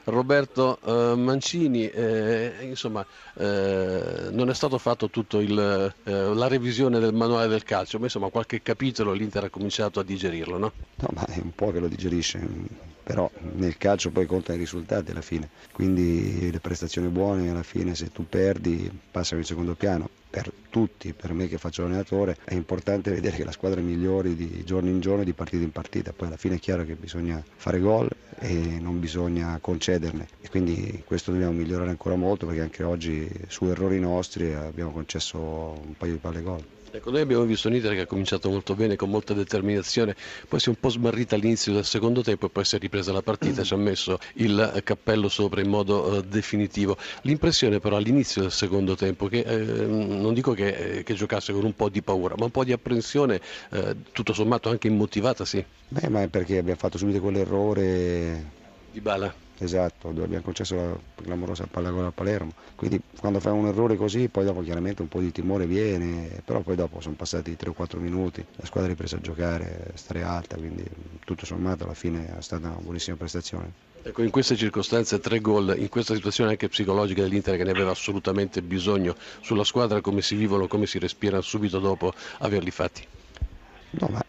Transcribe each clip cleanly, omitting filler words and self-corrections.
Roberto Mancini, insomma, non è stato fatto tutto la revisione del manuale del calcio, ma insomma qualche capitolo l'Inter ha cominciato a digerirlo, no? No, ma è un po' che lo digerisce, però nel calcio poi contano i risultati alla fine, quindi le prestazioni buone alla fine se tu perdi passano in secondo piano. Per tutti, per me che faccio l'allenatore, è importante vedere che la squadra migliori di giorno in giorno e di partita in partita, poi alla fine è chiaro che bisogna fare gol e non bisogna concederne e quindi questo dobbiamo migliorare ancora molto perché anche oggi su errori nostri abbiamo concesso un paio di palle gol. Ecco, noi abbiamo visto un Inter che ha cominciato molto bene, con molta determinazione, poi si è un po' smarrita all'inizio del secondo tempo e poi si è ripresa la partita, ci ha messo il cappello sopra in modo definitivo. L'impressione però all'inizio del secondo tempo, che non dico che giocasse con un po' di paura, ma un po' di apprensione, tutto sommato anche immotivata, sì. Beh, ma è perché abbiamo fatto subito quell'errore. Dybala. Esatto, dove abbiamo concesso la clamorosa palla gol a Palermo. Quindi quando fai un errore così, poi dopo chiaramente un po' di timore viene, però poi dopo sono passati 3 o 4 minuti, la squadra è ripresa a giocare, a stare alta, quindi tutto sommato alla fine è stata una buonissima prestazione. Ecco, in queste circostanze 3 gol, in questa situazione anche psicologica dell'Inter che ne aveva assolutamente bisogno, sulla squadra come si vivono, come si respirano subito dopo averli fatti. No, ma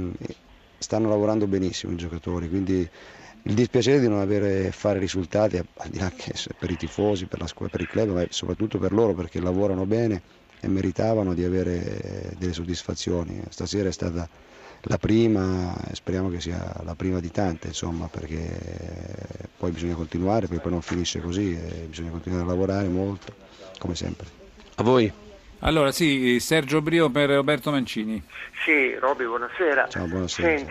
stanno lavorando benissimo i giocatori, quindi il dispiacere di non avere fare risultati, al di là che per i tifosi, per la squadra, per il club, ma soprattutto per loro perché lavorano bene e meritavano di avere delle soddisfazioni. Stasera è stata la prima, e speriamo che sia la prima di tante, insomma, perché poi bisogna continuare, perché poi non finisce così, e bisogna continuare a lavorare molto, come sempre. A voi? Allora sì, Sergio Brio per Roberto Mancini. Sì, Roby, buonasera. Ciao, buonasera. Senti,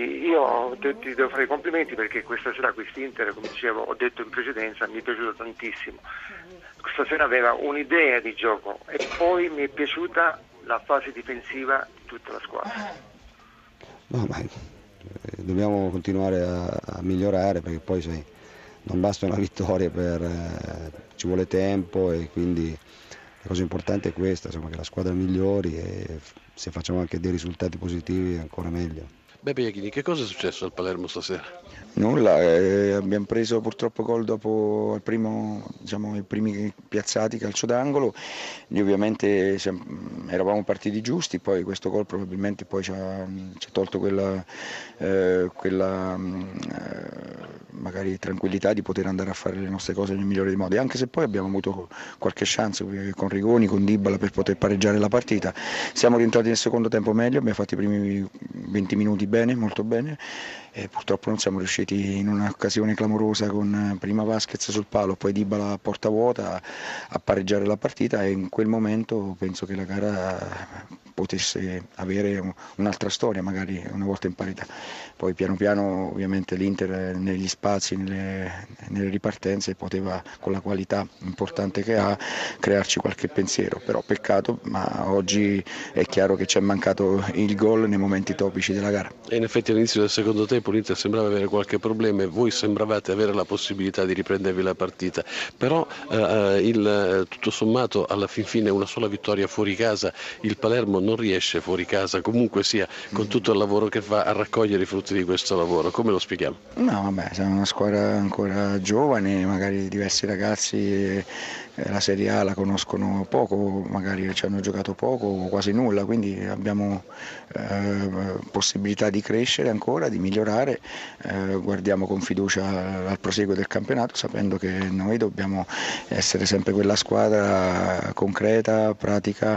io ti devo fare i complimenti perché questa sera quest'Inter, come dicevo, ho detto in precedenza, mi è piaciuto tantissimo. Stasera aveva un'idea di gioco e poi mi è piaciuta la fase difensiva di tutta la squadra. No, ma dobbiamo continuare a migliorare perché poi sai, non basta una vittoria ci vuole tempo e quindi la cosa importante è questa, insomma, che la squadra migliori e se facciamo anche dei risultati positivi ancora meglio. Beppe Iachini, che cosa è successo al Palermo stasera? Nulla, abbiamo preso purtroppo gol dopo i primi piazzati calcio d'angolo, lì ovviamente eravamo partiti giusti, poi questo gol probabilmente poi ci ha tolto quella magari tranquillità di poter andare a fare le nostre cose nel migliore dei modi, anche se poi abbiamo avuto qualche chance con Rigoni, con Dybala per poter pareggiare la partita. Siamo rientrati nel secondo tempo meglio, abbiamo fatto i primi 20 minuti bene, molto bene, e purtroppo non siamo riusciti in un'occasione clamorosa con prima Vasquez sul palo, poi Dybala a porta vuota a pareggiare la partita e in quel momento penso che la gara potesse avere un'altra storia, magari una volta in parità. Poi piano piano ovviamente l'Inter negli spazi, nelle ripartenze poteva con la qualità importante che ha crearci qualche pensiero, però peccato, ma oggi è chiaro che ci è mancato il gol nei momenti topici della gara. E in effetti all'inizio del secondo tempo l'Inter sembrava avere qualche problema e voi sembravate avere la possibilità di riprendervi la partita, però tutto sommato alla fin fine una sola vittoria fuori casa, il Palermo non riesce fuori casa, comunque sia con tutto il lavoro che fa a raccogliere i frutti di questo lavoro, come lo spieghiamo? No, vabbè, siamo una squadra ancora giovane, magari diversi ragazzi la Serie A la conoscono poco, magari ci hanno giocato poco o quasi nulla, quindi abbiamo possibilità di crescere ancora, di migliorare, guardiamo con fiducia al proseguo del campionato sapendo che noi dobbiamo essere sempre quella squadra concreta, pratica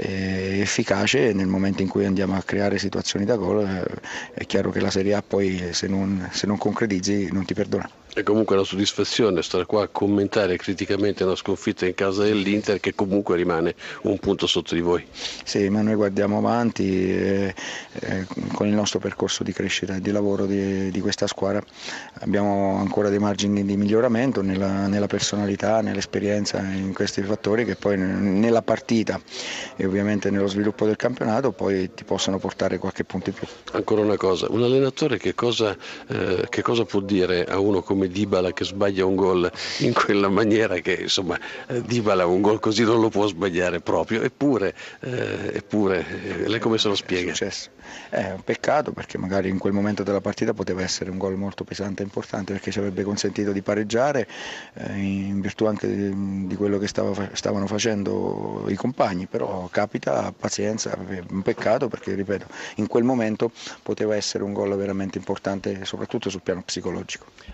e efficace nel momento in cui andiamo a creare situazioni da gol, è chiaro che la Serie A poi se non concretizzi non ti perdona. È comunque una soddisfazione stare qua a commentare criticamente una sconfitta in casa dell'Inter che comunque rimane un punto sotto di voi. Sì, ma noi guardiamo avanti con il nostro percorso di crescita e di lavoro di questa squadra. Abbiamo ancora dei margini di miglioramento nella personalità, nell'esperienza, in questi fattori che poi nella partita e ovviamente nello sviluppo del campionato poi ti possono portare qualche punto in più. Ancora una cosa, un allenatore che cosa può dire a uno come Dybala che sbaglia un gol in quella maniera che insomma Dybala un gol così non lo può sbagliare proprio, eppure lei come se lo spiega? È successo. È un peccato perché magari in quel momento della partita poteva essere un gol molto pesante e importante, perché ci avrebbe consentito di pareggiare in virtù anche di quello che stavano facendo i compagni, però capita, pazienza, è un peccato perché, ripeto, in quel momento poteva essere un gol veramente importante soprattutto sul piano psicologico.